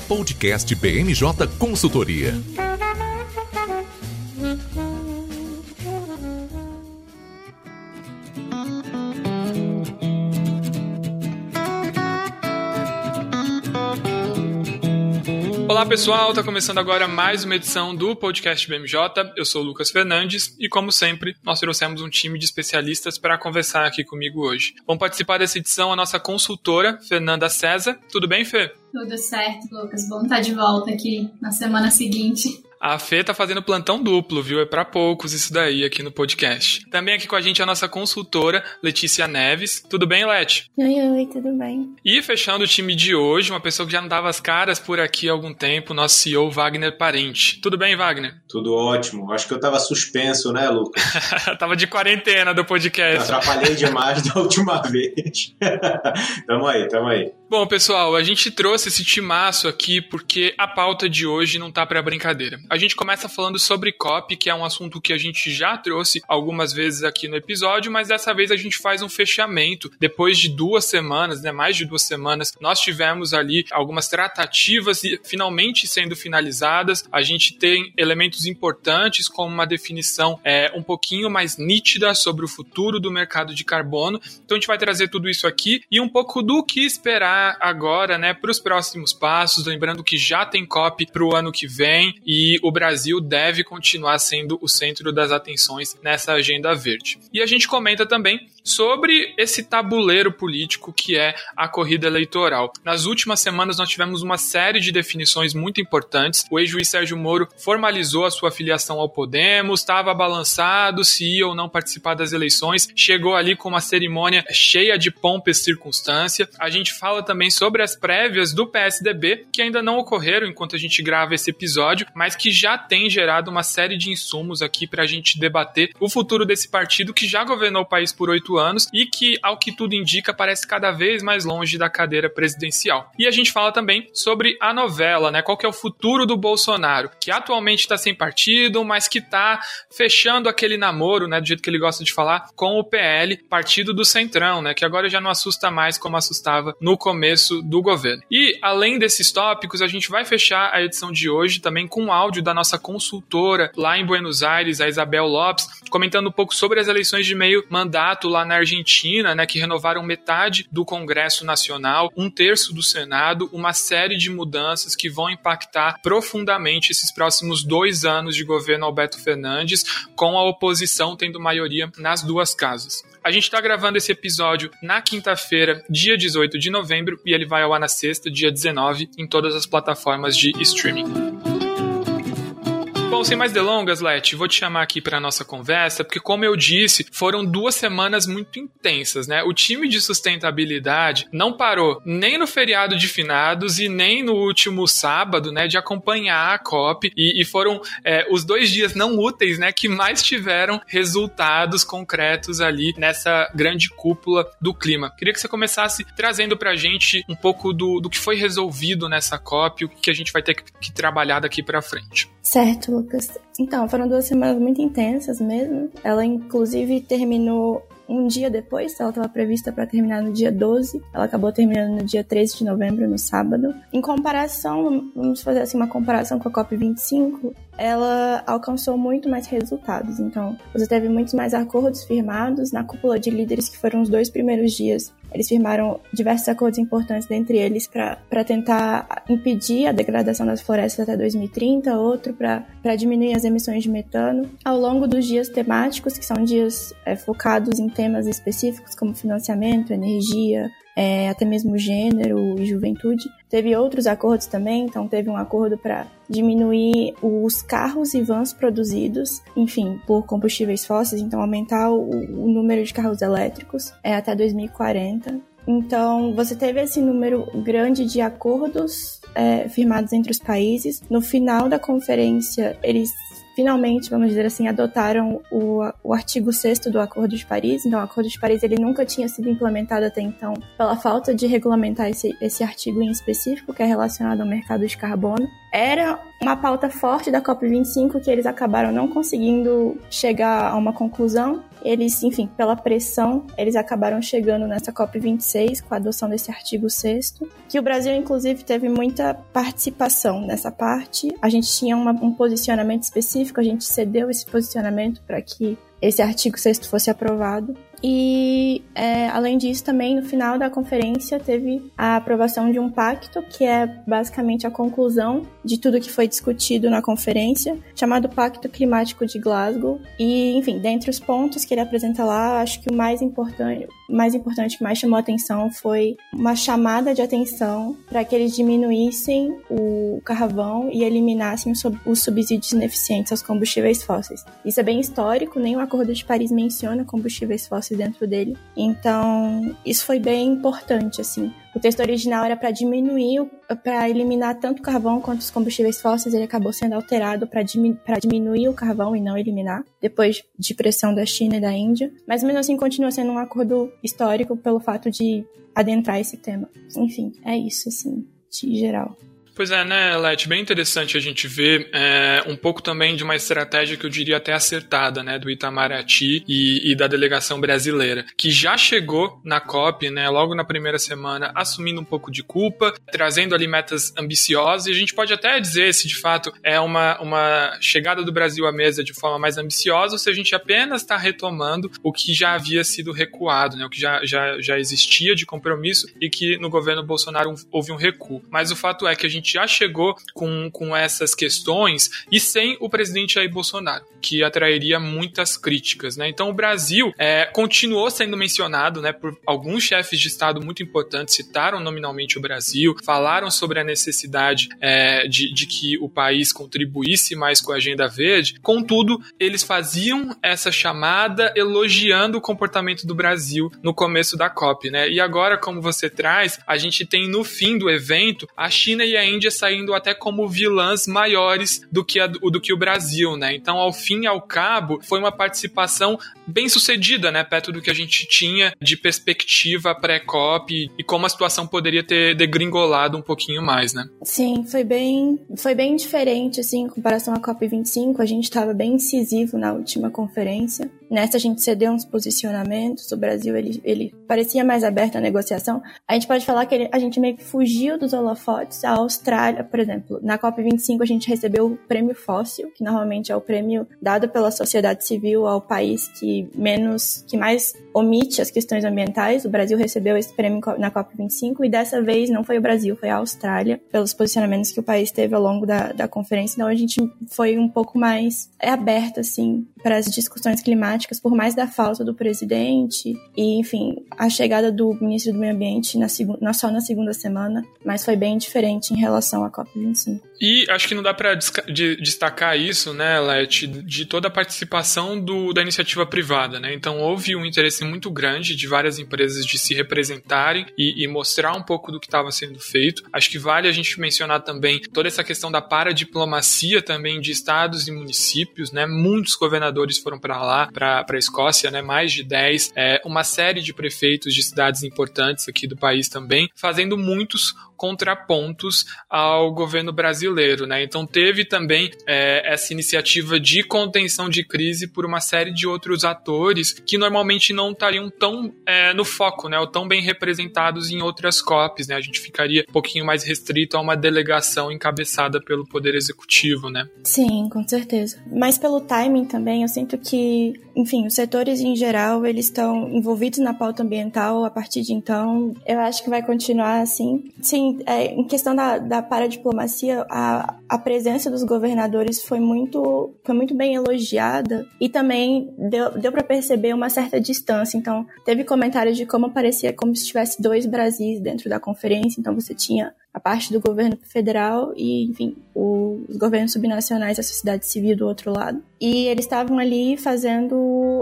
Podcast BMJ Consultoria. Olá pessoal, está começando agora mais uma edição do Podcast BMJ. Eu sou o Lucas Fernandes e, como sempre, nós trouxemos um time de especialistas para conversar aqui comigo hoje. Vão participar dessa edição a nossa consultora, Fernanda César. Tudo bem, Fê? Tudo certo, Lucas. Bom estar de volta aqui na semana seguinte. A Fê tá fazendo plantão duplo, viu? É pra poucos isso daí aqui no podcast. Também aqui com a gente a nossa consultora, Letícia Neves. Tudo bem, Leti? Oi, tudo bem. E fechando o time de hoje, uma pessoa que já não dava as caras por aqui há algum tempo, nosso CEO Wagner Parente. Tudo bem, Wagner? Tudo ótimo. Acho que eu tava suspenso, né, Lucas? Tava de quarentena do podcast. Atrapalhei demais da última vez. Tamo aí. Bom, pessoal, a gente trouxe esse timaço aqui porque a pauta de hoje não tá pra brincadeira. A gente começa falando sobre COP, que é um assunto que a gente já trouxe algumas vezes aqui no episódio, mas dessa vez a gente faz um fechamento. Depois de 2 semanas, mais de 2 semanas, nós tivemos ali algumas tratativas e finalmente sendo finalizadas. A gente tem elementos importantes como uma definição um pouquinho mais nítida sobre o futuro do mercado de carbono. Então a gente vai trazer tudo isso aqui e um pouco do que esperar agora, para os próximos passos, lembrando que já tem COP para o ano que vem e o Brasil deve continuar sendo o centro das atenções nessa agenda verde. E a gente comenta também sobre esse tabuleiro político que é a corrida eleitoral. Nas últimas semanas nós tivemos uma série de definições muito importantes. O ex-juiz Sérgio Moro formalizou a sua filiação ao Podemos, estava balançado se ia ou não participar das eleições, chegou ali com uma cerimônia cheia de pompa e circunstância. A gente fala também sobre as prévias do PSDB, que ainda não ocorreram enquanto a gente grava esse episódio, mas que já tem gerado uma série de insumos aqui para a gente debater o futuro desse partido que já governou o país por 8 anos e que, ao que tudo indica, parece cada vez mais longe da cadeira presidencial. E a gente fala também sobre a novela, qual que é o futuro do Bolsonaro, que atualmente está sem partido, mas que está fechando aquele namoro, do jeito que ele gosta de falar, com o PL, partido do Centrão, que agora já não assusta mais como assustava no começo do governo. E, além desses tópicos, a gente vai fechar a edição de hoje também com um áudio da nossa consultora lá em Buenos Aires, a Isabel Lopes, comentando um pouco sobre as eleições de meio mandato lá na Argentina, que renovaram metade do Congresso Nacional, 1/3 do Senado, uma série de mudanças que vão impactar profundamente esses próximos 2 anos de governo Alberto Fernandes, com a oposição tendo maioria nas 2 casas. A gente está gravando esse episódio na quinta-feira, dia 18 de novembro, e ele vai ao ar na sexta, dia 19, em todas as plataformas de streaming. Bom, sem mais delongas, Leti, vou te chamar aqui para a nossa conversa, porque, como eu disse, foram 2 semanas muito intensas, O time de sustentabilidade não parou nem no feriado de finados e nem no último sábado, de acompanhar a COP, e foram os 2 dias não úteis, que mais tiveram resultados concretos ali nessa grande cúpula do clima. Queria que você começasse trazendo para a gente um pouco do que foi resolvido nessa COP, o que a gente vai ter que trabalhar daqui para frente. Certo, Lucas. Então, foram 2 semanas muito intensas mesmo. Ela, inclusive, terminou um dia depois. Ela estava prevista para terminar no dia 12. Ela acabou terminando no dia 13 de novembro, no sábado. Em comparação, vamos fazer assim uma comparação com a COP25, ela alcançou muito mais resultados. Então, você teve muitos mais acordos firmados na cúpula de líderes, que foram os 2 primeiros dias. Eles firmaram diversos acordos importantes, dentre eles para tentar impedir a degradação das florestas até 2030, outro para diminuir as emissões de metano. Ao longo dos dias temáticos, que são dias focados em temas específicos como financiamento, energia, até mesmo gênero e juventude. Teve outros acordos também, então teve um acordo para diminuir os carros e vans produzidos, por combustíveis fósseis, então aumentar o número de carros elétricos até 2040. Então, você teve esse número grande de acordos firmados entre os países. No final da conferência, eles finalmente, vamos dizer assim, adotaram o artigo 6º do Acordo de Paris. Então, o Acordo de Paris ele nunca tinha sido implementado até então pela falta de regulamentar esse artigo em específico, que é relacionado ao mercado de carbono. era uma pauta forte da COP25 que eles acabaram não conseguindo chegar a uma conclusão. Eles, enfim, pela pressão, eles acabaram chegando nessa COP26 com a adoção desse artigo 6º, que o Brasil, inclusive, teve muita participação nessa parte. A gente tinha um posicionamento específico, a gente cedeu esse posicionamento para que esse artigo 6º fosse aprovado. E, além disso, também, no final da conferência, teve a aprovação de um pacto, que é basicamente a conclusão de tudo que foi discutido na conferência, chamado Pacto Climático de Glasgow. E, enfim, dentre os pontos que ele apresenta lá, acho que o mais importante que mais chamou a atenção foi uma chamada de atenção para que eles diminuíssem o carvão e eliminassem os subsídios ineficientes aos combustíveis fósseis. Isso é bem histórico, nem o Acordo de Paris menciona combustíveis fósseis dentro dele. Então, isso foi bem importante, assim. O texto original era para eliminar tanto o carvão quanto os combustíveis fósseis. Ele acabou sendo alterado para diminuir o carvão e não eliminar, depois de pressão da China e da Índia. Mas mesmo assim continua sendo um acordo histórico pelo fato de adentrar esse tema. Enfim, é isso, assim, de geral. Pois é, né, Leti? Bem interessante a gente ver um pouco também de uma estratégia que eu diria até acertada, né, do Itamaraty e da delegação brasileira, que já chegou na COP, né, logo na primeira semana, assumindo um pouco de culpa, trazendo ali metas ambiciosas, e a gente pode até dizer se de fato é uma chegada do Brasil à mesa de forma mais ambiciosa ou se a gente apenas está retomando o que já havia sido recuado, né, o que já existia de compromisso e que no governo Bolsonaro houve um recuo. Mas o fato é que a gente já chegou com essas questões e sem o presidente Jair Bolsonaro, que atrairia muitas críticas, né? Então o Brasil continuou sendo mencionado, né, por alguns chefes de Estado muito importantes, citaram nominalmente o Brasil, falaram sobre a necessidade de que o país contribuísse mais com a Agenda Verde. Contudo, eles faziam essa chamada elogiando o comportamento do Brasil no começo da COP, né? E agora, como você traz, a gente tem no fim do evento a China e a Índia saindo até como vilãs maiores do que o Brasil, né? Então, ao fim e ao cabo, foi uma participação bem sucedida, né? Perto do que a gente tinha de perspectiva pré-COP e como a situação poderia ter degringolado um pouquinho mais, né? Sim, foi bem diferente, assim, em comparação à COP25. A gente estava bem incisivo na última conferência. Nessa a gente cedeu uns posicionamentos, o Brasil ele parecia mais aberto à negociação. A gente pode falar que a gente meio que fugiu dos holofotes. A Austrália, por exemplo, na COP25 a gente recebeu o prêmio Fóssil, que normalmente é o prêmio dado pela sociedade civil ao país que mais omite as questões ambientais. O Brasil recebeu esse prêmio na COP25 e dessa vez não foi o Brasil, foi a Austrália, pelos posicionamentos que o país teve ao longo da conferência. Então a gente foi um pouco mais aberto, assim, para as discussões climáticas, por mais da falta do presidente e, enfim, a chegada do ministro do Meio Ambiente não só na segunda semana, mas foi bem diferente em relação à COP25. E acho que não dá para destacar isso, né, Leti, de toda a participação da iniciativa privada, né? Então houve um interesse muito grande de várias empresas de se representarem e mostrar um pouco do que estava sendo feito. Acho que vale a gente mencionar também toda essa questão da paradiplomacia também de estados e municípios, né? Muitos governadores foram para lá, para a Escócia, né? Mais de 10, uma série de prefeitos de cidades importantes aqui do país também, fazendo muitos contrapontos ao governo brasileiro, né? Então teve também essa iniciativa de contenção de crise por uma série de outros atores que normalmente não estariam tão no foco, né? Ou tão bem representados em outras COPs, né? A gente ficaria um pouquinho mais restrito a uma delegação encabeçada pelo Poder Executivo, né? Sim, com certeza. Mas pelo timing também, eu sinto que, enfim, os setores em geral, eles estão envolvidos na pauta ambiental a partir de então. Eu acho que vai continuar assim. Sim, em questão da paradiplomacia, a presença dos governadores foi muito bem elogiada e também deu para perceber uma certa distância. Então, teve comentários de como parecia como se tivesse dois Brasis dentro da conferência. Então, você tinha a parte do governo federal e, enfim, os governos subnacionais, a sociedade civil do outro lado. E eles estavam ali fazendo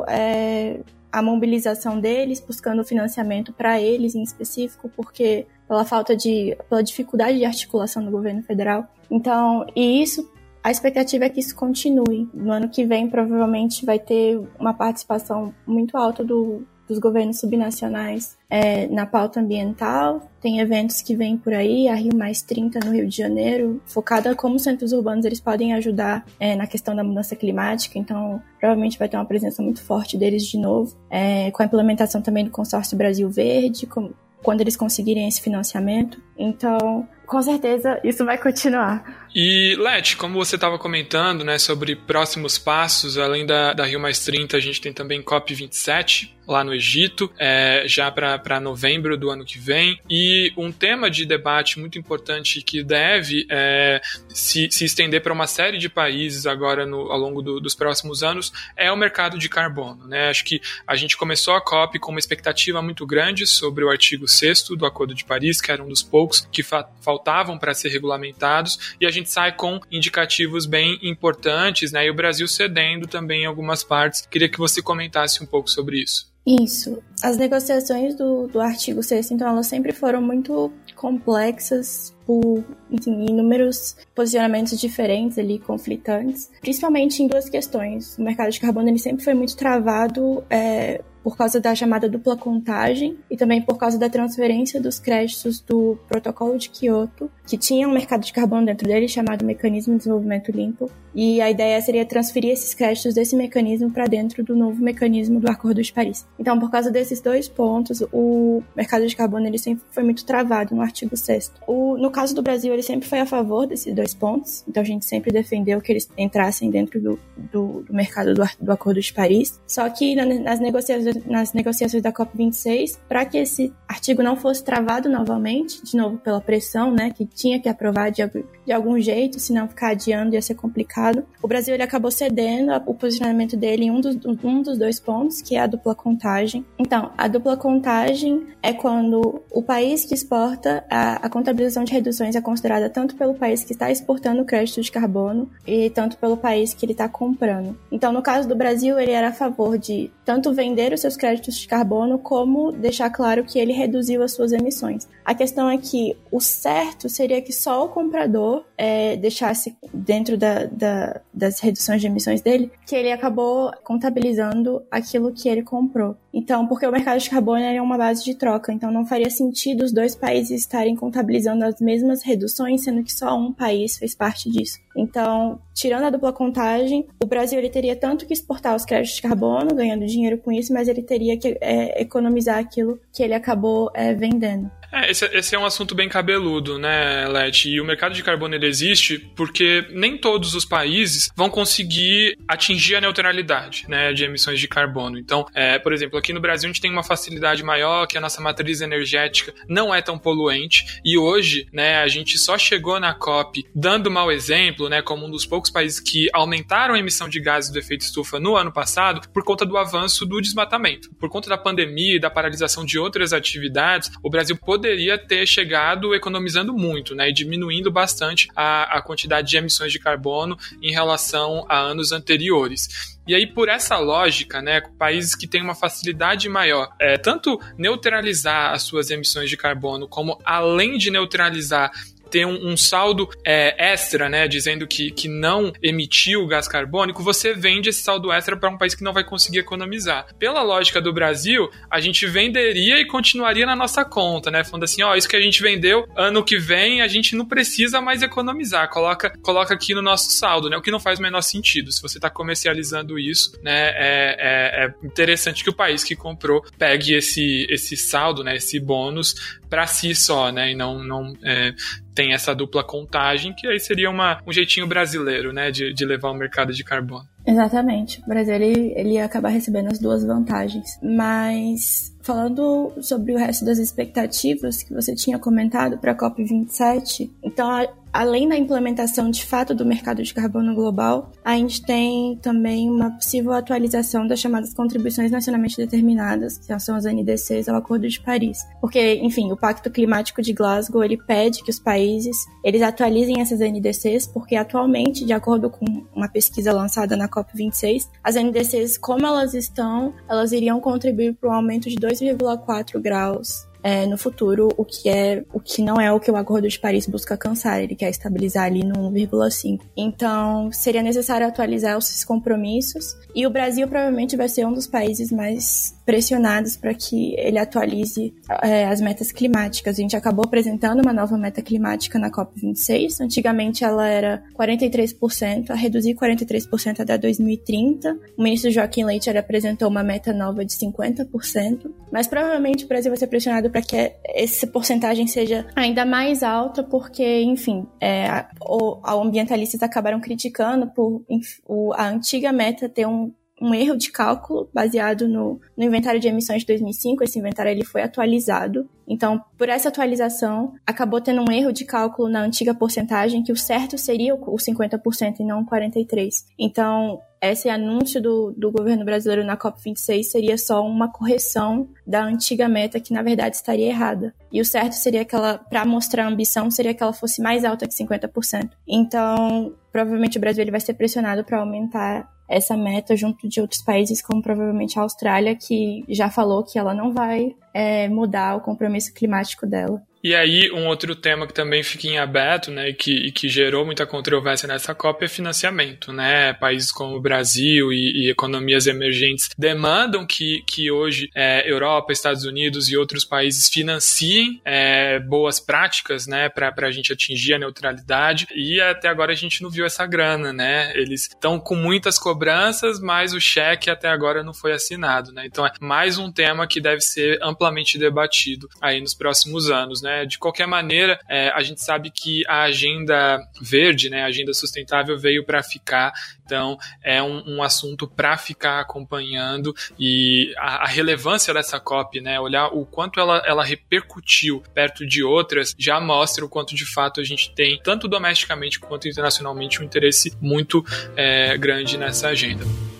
a mobilização deles, buscando financiamento para eles em específico, porque pela dificuldade de articulação do governo federal. Então, a expectativa é que isso continue. No ano que vem, provavelmente, vai ter uma participação muito alta do dos governos subnacionais na pauta ambiental. Tem eventos que vêm por aí, a Rio+30 no Rio de Janeiro, focada como centros urbanos eles podem ajudar na questão da mudança climática, então provavelmente vai ter uma presença muito forte deles de novo, com a implementação também do Consórcio Brasil Verde, quando eles conseguirem esse financiamento. Então, com certeza, isso vai continuar. E, Leti, como você estava comentando, né, sobre próximos passos, além da Rio+30, a gente tem também COP27, lá no Egito, já para novembro do ano que vem. E um tema de debate muito importante que deve se estender para uma série de países agora ao longo dos próximos anos é o mercado de carbono, né? Acho que a gente começou a COP com uma expectativa muito grande sobre o artigo 6º do Acordo de Paris, que era um dos poucos que faltavam para ser regulamentados, e a gente sai com indicativos bem importantes, né? E o Brasil cedendo também em algumas partes. Queria que você comentasse um pouco sobre isso. Isso. As negociações do artigo 6º, então, elas sempre foram muito complexas por, enfim, inúmeros posicionamentos diferentes ali, conflitantes, principalmente em duas questões. O mercado de carbono ele sempre foi muito travado por causa da chamada dupla contagem e também por causa da transferência dos créditos do Protocolo de Kyoto, que tinha um mercado de carbono dentro dele chamado Mecanismo de Desenvolvimento Limpo, e a ideia seria transferir esses créditos desse mecanismo para dentro do novo mecanismo do Acordo de Paris. Então, por causa desses dois pontos, o mercado de carbono ele sempre foi muito travado no artigo 6º. No caso do Brasil, ele sempre foi a favor desses dois pontos, então a gente sempre defendeu que eles entrassem dentro do mercado do Acordo de Paris. Só que nas negociações da COP26, para que esse artigo não fosse travado novamente, de novo pela pressão, né, que tinha que aprovar de algum jeito, senão ficar adiando ia ser complicado, o Brasil ele acabou cedendo o posicionamento dele em um dos dois pontos, que é a dupla contagem. Então, a dupla contagem é quando o país que exporta, a contabilização de reduções é considerada tanto pelo país que está exportando o crédito de carbono e tanto pelo país que ele está comprando. Então, no caso do Brasil, ele era a favor de tanto vender os seus créditos de carbono como deixar claro que ele reduziu as suas emissões. A questão é que o certo seria que só o comprador deixasse dentro das reduções de emissões dele, que ele acabou contabilizando aquilo que ele comprou. Então, porque o mercado de carbono é uma base de troca, então não faria sentido os dois países estarem contabilizando as mesmas reduções, sendo que só um país fez parte disso. Então, tirando a dupla contagem, o Brasil ele teria tanto que exportar os créditos de carbono, ganhando dinheiro com isso, mas ele teria que economizar aquilo que ele acabou vendendo. Esse é um assunto bem cabeludo, né, Leti? E o mercado de carbono ele existe porque nem todos os países vão conseguir atingir a neutralidade, né, de emissões de carbono. Então, por exemplo, aqui no Brasil a gente tem uma facilidade maior, que a nossa matriz energética não é tão poluente, e hoje, né, a gente só chegou na COP dando mau exemplo, né, como um dos poucos países que aumentaram a emissão de gases do efeito estufa no ano passado por conta do avanço do desmatamento. Por conta da pandemia e da paralisação de outras atividades, o Brasil poderia ter chegado economizando muito, né, e diminuindo bastante a quantidade de emissões de carbono em relação a anos anteriores. E aí, por essa lógica, né, países que têm uma facilidade maior, tanto neutralizar as suas emissões de carbono, como além de neutralizar, ter um saldo extra, né, dizendo que não emitiu o gás carbônico, você vende esse saldo extra para um país que não vai conseguir economizar. Pela lógica do Brasil, a gente venderia e continuaria na nossa conta, né, falando assim, isso que a gente vendeu, ano que vem a gente não precisa mais economizar, coloca aqui no nosso saldo, né, o que não faz o menor sentido. Se você está comercializando isso, né, é interessante que o país que comprou pegue esse saldo, né, esse bônus para si só, né, e não tem essa dupla contagem, que aí seria um jeitinho brasileiro, né, de levar o mercado de carbono. Exatamente. O Brasil ele ia acabar recebendo as duas vantagens. Mas, falando sobre o resto das expectativas que você tinha comentado para a COP27, então, além da implementação de fato do mercado de carbono global, a gente tem também uma possível atualização das chamadas contribuições nacionalmente determinadas, que são as NDCs ao Acordo de Paris. Porque, enfim, o Pacto Climático de Glasgow, ele pede que os países eles atualizem essas NDCs, porque atualmente, de acordo com uma pesquisa lançada na COP26, as NDCs, como elas estão, elas iriam contribuir para um aumento de 2,4 graus no futuro, o que não é o que o Acordo de Paris busca alcançar. Ele quer estabilizar ali no 1,5. Então, seria necessário atualizar esses compromissos, e o Brasil provavelmente vai ser um dos países mais pressionados para que ele atualize as metas climáticas. A gente acabou apresentando uma nova meta climática na COP26. Antigamente ela era 43%, a reduzir 43% até 2030. O ministro Joaquim Leite apresentou uma meta nova de 50%, mas provavelmente o Brasil vai ser pressionado para que essa porcentagem seja ainda mais alta, porque, enfim, ambientalistas acabaram criticando por a antiga meta ter um erro de cálculo baseado no inventário de emissões de 2005. Esse inventário ele foi atualizado. Então, por essa atualização, acabou tendo um erro de cálculo na antiga porcentagem, que o certo seria o 50% e não o 43%. Então, esse anúncio do governo brasileiro na COP26 seria só uma correção da antiga meta, que na verdade estaria errada. E o certo seria para mostrar a ambição, seria que ela fosse mais alta que 50%. Então, provavelmente o Brasil ele vai ser pressionado para aumentar essa meta junto de outros países, como provavelmente a Austrália, que já falou que ela não vai mudar o compromisso climático dela. E aí, um outro tema que também fica em aberto, né, e que gerou muita controvérsia nessa COP é financiamento, né? Países como o Brasil e economias emergentes demandam que hoje Europa, Estados Unidos e outros países financiem boas práticas, né, para a gente atingir a neutralidade, e até agora a gente não viu essa grana, né? Eles estão com muitas cobranças, mas o cheque até agora não foi assinado, né? Então é mais um tema que deve ser amplamente debatido aí nos próximos anos, né? De qualquer maneira, a gente sabe que a agenda verde, né, a agenda sustentável veio para ficar, então é um assunto para ficar acompanhando, e a relevância dessa COP, né, olhar o quanto ela repercutiu perto de outras, já mostra o quanto de fato a gente tem, tanto domesticamente quanto internacionalmente, um interesse muito grande nessa agenda.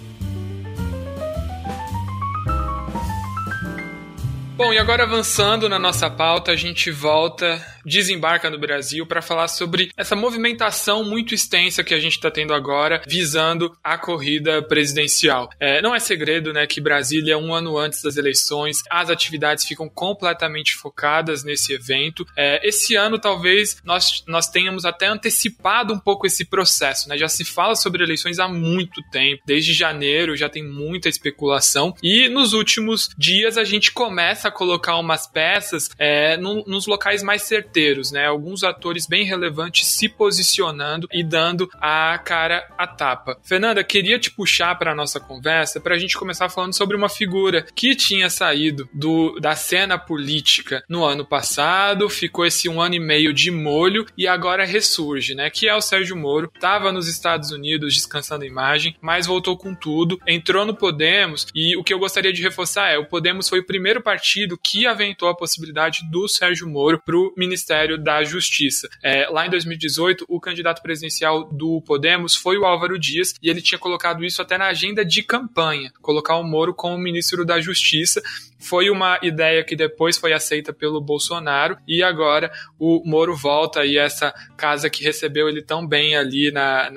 Bom, e agora avançando na nossa pauta, a gente desembarca no Brasil para falar sobre essa movimentação muito extensa que a gente está tendo agora, visando a corrida presidencial. Não é segredo, né, que Brasília, um ano antes das eleições, as atividades ficam completamente focadas nesse evento. Esse ano, talvez, nós tenhamos até antecipado um pouco esse processo, né? Já se fala sobre eleições há muito tempo, desde janeiro já tem muita especulação, e nos últimos dias a gente começa a colocar umas peças nos locais mais certeiros, né? Alguns atores bem relevantes se posicionando e dando a cara a tapa. Fernanda, queria te puxar para a nossa conversa para a gente começar falando sobre uma figura que tinha saído da cena política no ano passado, ficou esse 1 ano e meio de molho e agora ressurge, né? Que é o Sérgio Moro. Estava nos Estados Unidos descansando a imagem, mas voltou com tudo, entrou no Podemos, e o que eu gostaria de reforçar o Podemos foi o primeiro partido que aventou a possibilidade do Sérgio Moro para o Ministério da Justiça. Lá em 2018, o candidato presidencial do Podemos foi o Álvaro Dias, e ele tinha colocado isso até na agenda de campanha, colocar o Moro como ministro da Justiça. Foi uma ideia que depois foi aceita pelo Bolsonaro, e agora o Moro volta, e essa casa que recebeu ele tão bem ali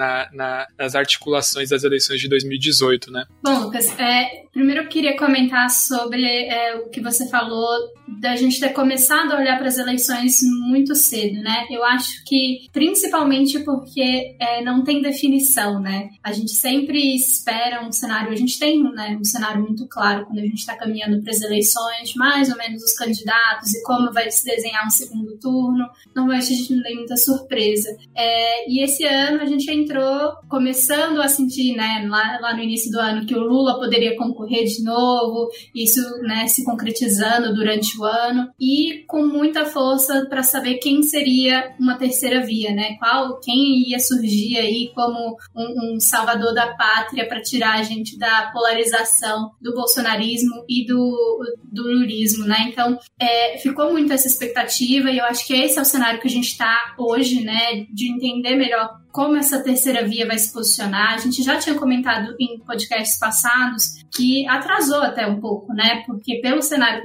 nas articulações das eleições de 2018, né? Bom, Lucas, primeiro eu queria comentar sobre o que você falou da gente ter começado a olhar para as eleições muito cedo, né? Eu acho que principalmente porque não tem definição, né? A gente sempre espera um cenário, a gente tem, né, um cenário muito claro quando a gente está caminhando para as eleições, mais ou menos os candidatos e como vai se desenhar um segundo turno. Normalmente a gente não tem muita surpresa. E esse ano a gente entrou começando a sentir, né, lá no início do ano, que o Lula poderia concorrer de novo, isso, né, se concretizando durante o ano, e com muita força para saber quem seria uma terceira via, né? Quem ia surgir aí como um salvador da pátria para tirar a gente da polarização do bolsonarismo e do lulismo, né? Então, ficou muito essa expectativa, e eu acho que esse é o cenário que a gente está hoje, né? De entender melhor como essa terceira via vai se posicionar. A gente já tinha comentado em podcasts passados que atrasou até um pouco, né? Porque pelo cenário que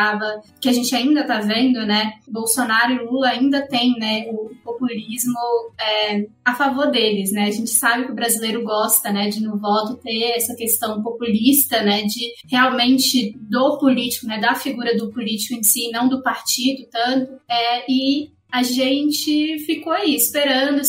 a gente ainda está vendo, né? Bolsonaro e Lula ainda têm, né, o populismo a favor deles, né? A gente sabe que o brasileiro gosta, né, de no voto ter essa questão populista, né, de realmente do político, né, da figura do político em si, não do partido tanto, e a gente ficou aí esperando,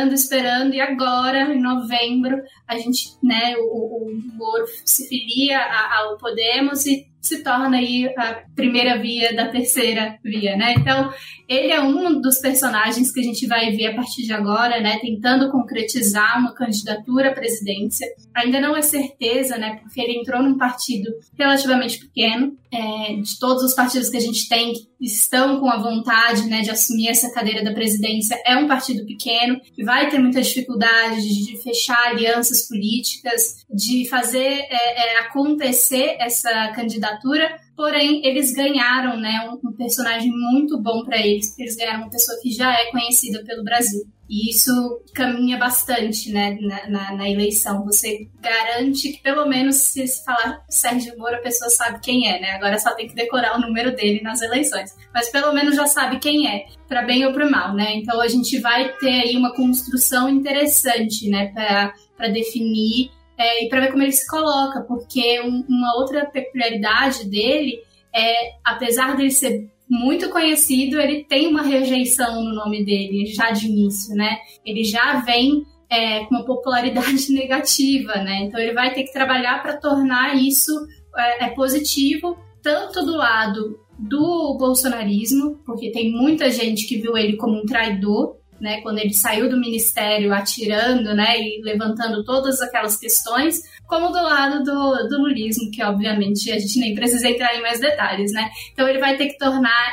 e agora, em novembro, a gente, né, o Moro se filia ao Podemos e se torna aí a primeira via da terceira via, né? Então, ele é um dos personagens que a gente vai ver a partir de agora, né? Tentando concretizar uma candidatura à presidência. Ainda não é certeza, né? Porque ele entrou num partido relativamente pequeno. De todos os partidos que a gente tem que estão com a vontade, né, de assumir essa cadeira da presidência, é um partido pequeno, que vai ter muita dificuldade de fechar alianças políticas, de fazer acontecer essa candidatura. Porém, eles ganharam, né, um personagem muito bom para eles. Eles ganharam uma pessoa que já é conhecida pelo Brasil. E isso caminha bastante, né, na eleição. Você garante que, pelo menos, se falar Sérgio Moro, a pessoa sabe quem é, né? Agora só tem que decorar o número dele nas eleições. Mas pelo menos já sabe quem é, para bem ou para mal, né? Então a gente vai ter aí uma construção interessante, né, para definir e para ver como ele se coloca, porque uma outra peculiaridade dele apesar dele ser muito conhecido, ele tem uma rejeição no nome dele, já de início, né? Ele já vem com uma popularidade negativa, né? Então ele vai ter que trabalhar para tornar isso positivo, tanto do lado do bolsonarismo, porque tem muita gente que viu ele como um traidor, né, quando ele saiu do ministério atirando, né, e levantando todas aquelas questões, como do lado do lulismo, que obviamente a gente nem precisa entrar em mais detalhes, né? Então ele vai ter que tornar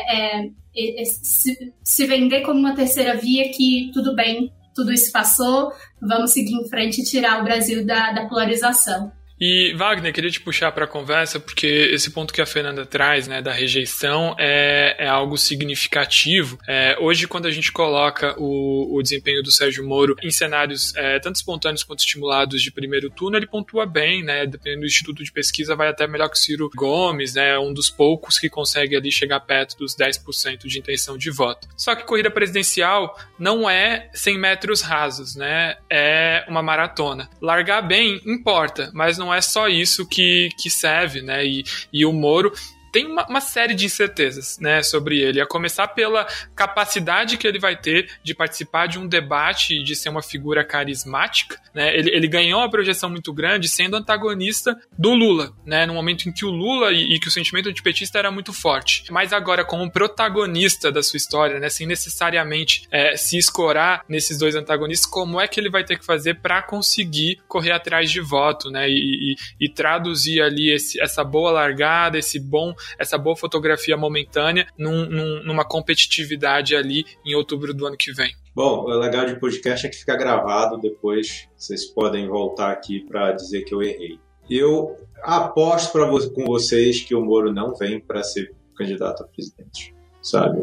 se vender como uma terceira via, que tudo bem, tudo isso passou, vamos seguir em frente e tirar o Brasil da polarização. E, Wagner, queria te puxar para a conversa, porque esse ponto que a Fernanda traz, né, da rejeição, é algo significativo. Hoje, quando a gente coloca o desempenho do Sérgio Moro em cenários tanto espontâneos quanto estimulados de primeiro turno, ele pontua bem, né, dependendo do instituto de pesquisa, vai até melhor que o Ciro Gomes, né, um dos poucos que consegue ali chegar perto dos 10% de intenção de voto. Só que corrida presidencial não é 100 metros rasos, né, é uma maratona. Largar bem importa, mas não é só isso que serve, né? E o Moro tem uma série de incertezas, né, sobre ele, a começar pela capacidade que ele vai ter de participar de um debate e de ser uma figura carismática, né? Ele ganhou uma projeção muito grande sendo antagonista do Lula, né, no momento em que o Lula e que o sentimento antipetista era muito forte, mas agora como protagonista da sua história, né, sem necessariamente se escorar nesses dois antagonistas, como é que ele vai ter que fazer para conseguir correr atrás de voto, né, e traduzir ali essa boa largada, essa boa fotografia momentânea numa competitividade ali em outubro do ano que vem. Bom, o legal de podcast é que fica gravado, depois vocês podem voltar aqui para dizer que eu errei. Eu aposto com vocês que o Moro não vem para ser candidato a presidente, sabe?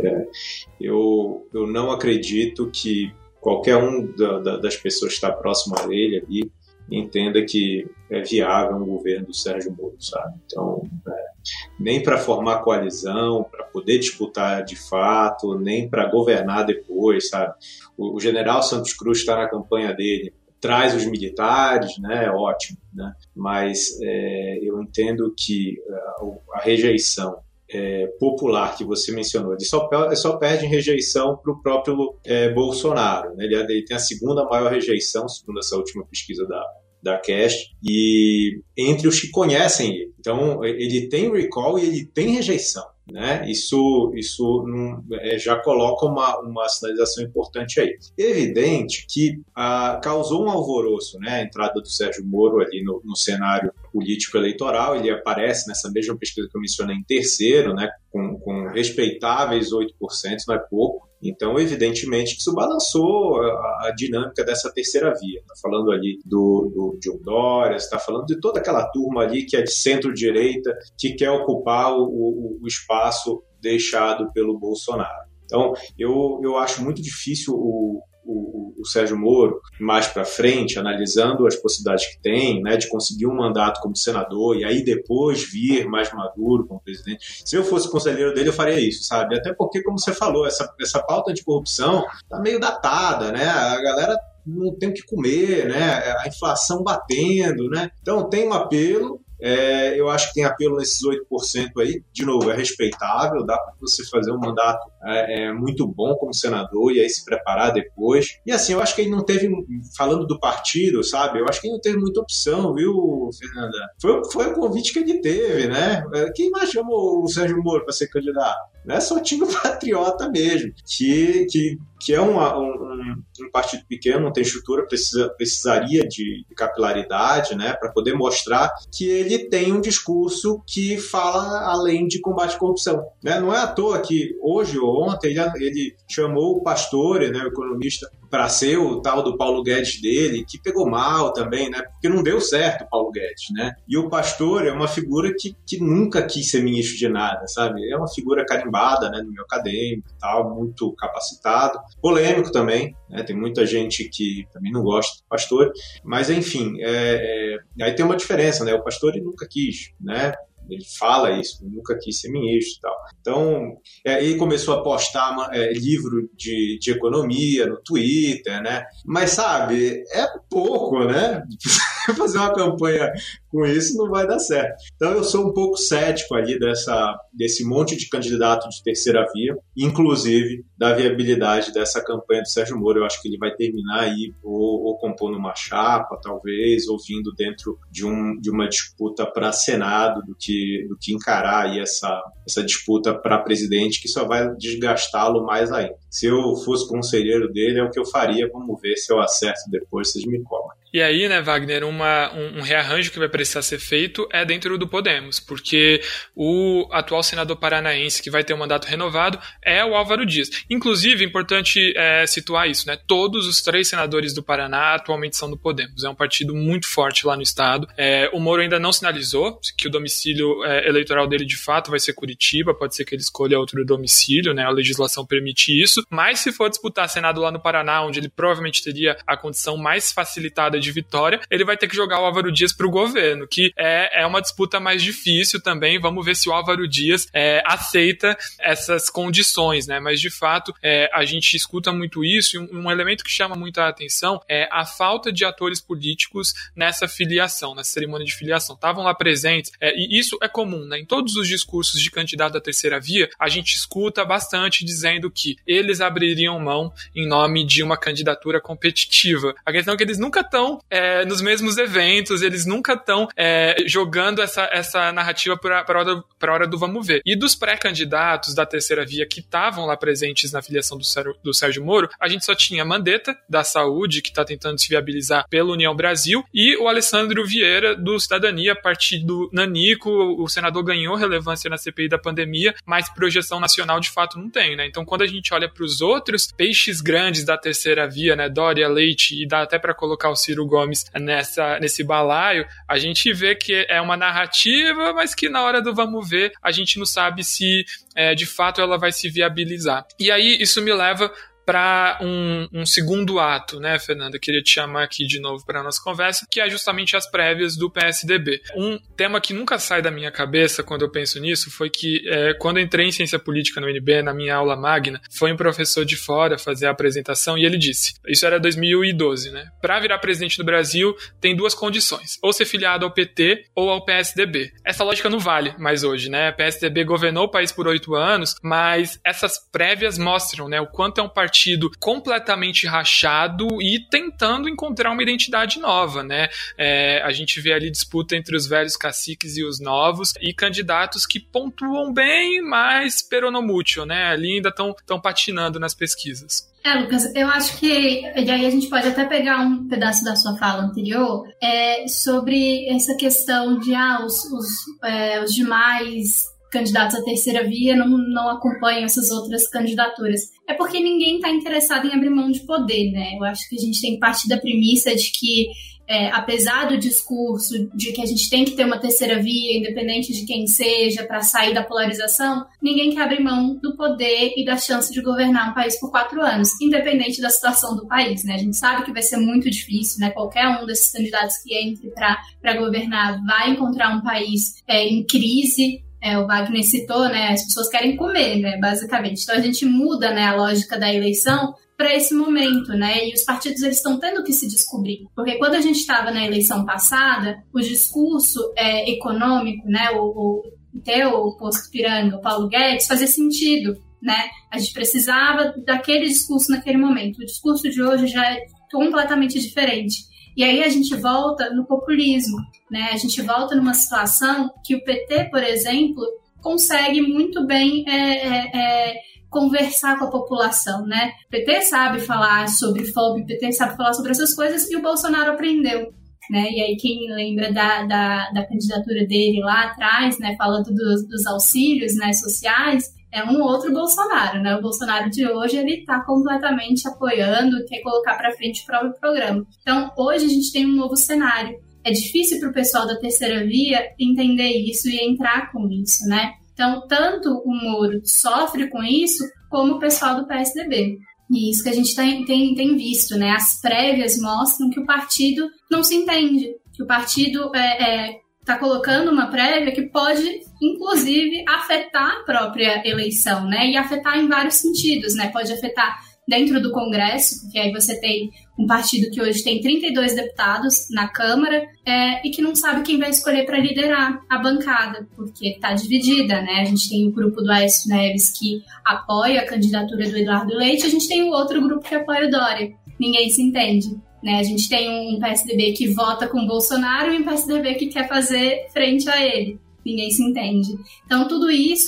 Eu não acredito que qualquer um das pessoas que está próximo a ele ali entenda que é viável um governo do Sérgio Moro, sabe? Então, nem para formar coalizão, para poder disputar de fato, nem para governar depois, sabe? O general Santos Cruz está na campanha dele, traz os militares, né? Ótimo, né? Mas eu entendo que a rejeição popular que você mencionou, ele só perde em rejeição para o próprio Bolsonaro, né? Ele tem a segunda maior rejeição, segundo essa última pesquisa da Cast, e entre os que conhecem ele. Então, ele tem recall e ele tem rejeição, né? Isso já coloca uma sinalização importante aí. Evidente que causou um alvoroço, né, a entrada do Sérgio Moro ali no cenário político eleitoral. Ele aparece nessa mesma pesquisa que eu mencionei em terceiro, né, com respeitáveis 8%, não é pouco. Então, evidentemente, que isso balançou a dinâmica dessa terceira via. Está falando ali do João Dória, está falando de toda aquela turma ali que é de centro-direita, que quer ocupar o espaço deixado pelo Bolsonaro. Então, eu acho muito difícil o Sérgio Moro, mais para frente, analisando as possibilidades que tem, né, de conseguir um mandato como senador e aí depois vir mais maduro como presidente. Se eu fosse conselheiro dele, eu faria isso, sabe? Até porque, como você falou, essa pauta de corrupção tá meio datada, né? A galera não tem o que comer, né? A inflação batendo, né? Então tem um apelo, Eu acho que tem apelo nesses 8% aí. De novo, é respeitável, dá para você fazer um mandato muito bom como senador e aí se preparar depois. E assim, eu acho que ele não teve, falando do partido, sabe? Eu acho que ele não teve muita opção, viu, Fernanda? Foi o convite que ele teve, né? Quem mais chamou o Sérgio Moro para ser candidato? Não é só time patriota mesmo, que é um partido pequeno, não tem estrutura, precisaria de capilaridade, né, para poder mostrar que ele tem um discurso que fala além de combate à corrupção, né? Não é à toa que hoje ou ontem ele chamou o Pastore, né, o economista, para ser o tal do Paulo Guedes dele, que pegou mal também, né, porque não deu certo o Paulo Guedes, né? E o Pastore é uma figura que nunca quis ser ministro de nada, sabe? É uma figura carimbada, né, no meio acadêmico e tal, muito capacitado, polêmico também, né? Tem muita gente que também não gosta do Pastore, mas enfim, aí tem uma diferença, né? O Pastore nunca quis, né? Ele fala isso, nunca quis ser ministro e tal. Então, ele começou a postar livro de economia no Twitter, né? Mas, sabe, é pouco, né? Fazer uma campanha com isso não vai dar certo. Então, eu sou um pouco cético ali desse monte de candidato de terceira via, inclusive da viabilidade dessa campanha do Sérgio Moro. Eu acho que ele vai terminar aí ou compondo uma chapa, talvez, ou vindo dentro de uma disputa para Senado do que encarar aí essa disputa para presidente, que só vai desgastá-lo mais ainda. Se eu fosse conselheiro dele, é o que eu faria. Vamos ver se eu acerto depois, vocês me cobram. E aí, né, Wagner, um rearranjo que vai precisar ser feito é dentro do Podemos, porque o atual senador paranaense que vai ter um mandato renovado é o Álvaro Dias. Inclusive, é importante situar isso, né? Todos os 3 senadores do Paraná atualmente são do Podemos. É um partido muito forte lá no estado. O Moro ainda não sinalizou que o domicílio eleitoral dele, de fato, vai ser Curitiba. Pode ser que ele escolha outro domicílio, né? A legislação permite isso. Mas se for disputar Senado lá no Paraná, onde ele provavelmente teria a condição mais facilitada de vitória, ele vai ter que jogar o Álvaro Dias para o governo, que é uma disputa mais difícil também. Vamos ver se o Álvaro Dias aceita essas condições, né? Mas de fato a gente escuta muito isso, e um elemento que chama muita atenção é a falta de atores políticos nessa filiação, nessa cerimônia de filiação. Estavam lá presentes, e isso é comum, né? Em todos os discursos de candidato da terceira via, a gente escuta bastante dizendo que eles abririam mão em nome de uma candidatura competitiva. A questão é que eles nunca estão nos mesmos eventos, eles nunca estão jogando essa narrativa para a hora do vamos ver. E dos pré-candidatos da terceira via que estavam lá presentes na filiação do Sérgio Moro, a gente só tinha Mandetta, da Saúde, que está tentando se viabilizar pela União Brasil, e o Alessandro Vieira, do Cidadania, partido nanico. O senador ganhou relevância na CPI da pandemia, mas projeção nacional de fato não tem, né? Então, quando a gente olha para os outros peixes grandes da terceira via, né, Dória, Leite, e dá até para colocar o Ciro Gomes nesse balaio, a gente vê que é uma narrativa, mas que na hora do vamos ver, a gente não sabe se de fato ela vai se viabilizar. E aí isso me leva para um segundo ato, né, Fernanda? Eu queria te chamar aqui de novo para a nossa conversa, que é justamente as prévias do PSDB. Um tema que nunca sai da minha cabeça quando eu penso nisso foi que quando eu entrei em Ciência Política no UNB, na minha aula magna, foi um professor de fora fazer a apresentação e ele disse, isso era 2012, né? Para virar presidente do Brasil, tem 2 condições, ou ser filiado ao PT ou ao PSDB. Essa lógica não vale mais hoje, né? O PSDB governou o país por 8 anos, mas essas prévias mostram, né, o quanto é um partido completamente rachado e tentando encontrar uma identidade nova, né? A gente vê ali disputa entre os velhos caciques e os novos, e candidatos que pontuam bem, mas peronomútil, né? Ali ainda estão patinando nas pesquisas. Lucas, eu acho que, e aí a gente pode até pegar um pedaço da sua fala anterior, sobre essa questão de os demais candidatos à terceira via não acompanham essas outras candidaturas. É porque ninguém está interessado em abrir mão de poder, né? Eu acho que a gente tem que partir da premissa de que, apesar do discurso de que a gente tem que ter uma terceira via, independente de quem seja, para sair da polarização, ninguém quer abrir mão do poder e da chance de governar um país por 4 anos, independente da situação do país, né? A gente sabe que vai ser muito difícil, né? Qualquer um desses candidatos que entre para governar vai encontrar um país em crise. O Wagner citou, né, as pessoas querem comer, né, basicamente. Então a gente muda, né, a lógica da eleição para esse momento, né? E os partidos eles estão tendo que se descobrir, porque quando a gente estava na eleição passada, o discurso econômico, né? O Posto Piranga, o Paulo Guedes, fazia sentido, né? A gente precisava daquele discurso naquele momento. O discurso de hoje já é completamente diferente. E aí a gente volta no populismo, né? A gente volta numa situação que o PT, por exemplo, consegue muito bem conversar com a população, né? O PT sabe falar sobre fome, o PT sabe falar sobre essas coisas e o Bolsonaro aprendeu, né? E aí quem lembra da candidatura dele lá atrás, né? Falando dos auxílios, né, sociais, é um outro Bolsonaro, né? O Bolsonaro de hoje, ele está completamente apoiando, quer colocar para frente o próprio programa. Então, hoje a gente tem um novo cenário. É difícil para o pessoal da terceira via entender isso e entrar com isso, né? Então, tanto o Moro sofre com isso, como o pessoal do PSDB. E isso que a gente tem visto, né? As prévias mostram que o partido não se entende, que o partido está colocando uma prévia que pode, inclusive, afetar a própria eleição, né? E afetar em vários sentidos, né? Pode afetar dentro do Congresso, porque aí você tem um partido que hoje tem 32 deputados na Câmara e que não sabe quem vai escolher para liderar a bancada, porque está dividida, né? A gente tem o grupo do Aécio Neves que apoia a candidatura do Eduardo Leite, a gente tem o outro grupo que apoia o Dória. Ninguém se entende, né? A gente tem um PSDB que vota com o Bolsonaro e um PSDB que quer fazer frente a ele. Ninguém se entende. Então, tudo isso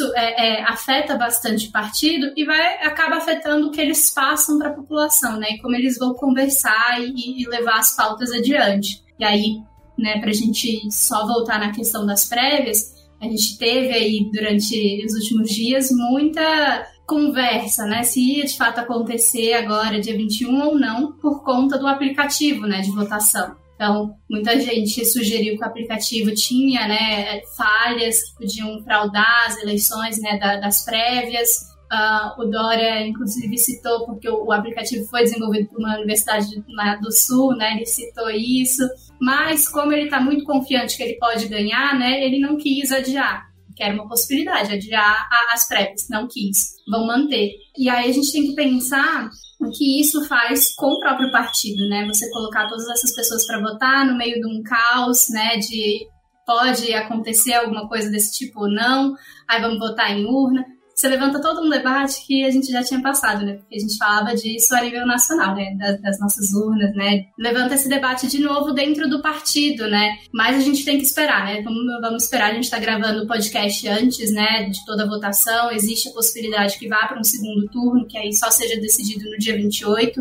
afeta bastante o partido e acaba afetando o que eles passam para a população, né? E como eles vão conversar e levar as pautas adiante. E aí, né, para a gente só voltar na questão das prévias, a gente teve aí, durante os últimos dias, muita conversa, né? Se ia de fato acontecer agora, dia 21 ou não, por conta do aplicativo, né, de votação. Então, muita gente sugeriu que o aplicativo tinha, né, falhas que podiam fraudar as eleições, né, das prévias. O Dória, inclusive, citou, porque o aplicativo foi desenvolvido por uma universidade lá do Sul, né, ele citou isso. Mas, como ele está muito confiante que ele pode ganhar, né, ele não quis adiar, que era uma possibilidade, adiar as prévias, não quis, vão manter. E aí a gente tem que pensar o que isso faz com o próprio partido, né? Você colocar todas essas pessoas para votar no meio de um caos, né? De pode acontecer alguma coisa desse tipo ou não, aí vamos votar em urna. Você levanta todo um debate que a gente já tinha passado, né? Porque a gente falava disso a nível nacional, né? Das nossas urnas, né? Levanta esse debate de novo dentro do partido, né? Mas a gente tem que esperar, né? Vamos esperar. A gente está gravando o podcast antes, né? De toda a votação. Existe a possibilidade que vá para um segundo turno, que aí só seja decidido no dia 28.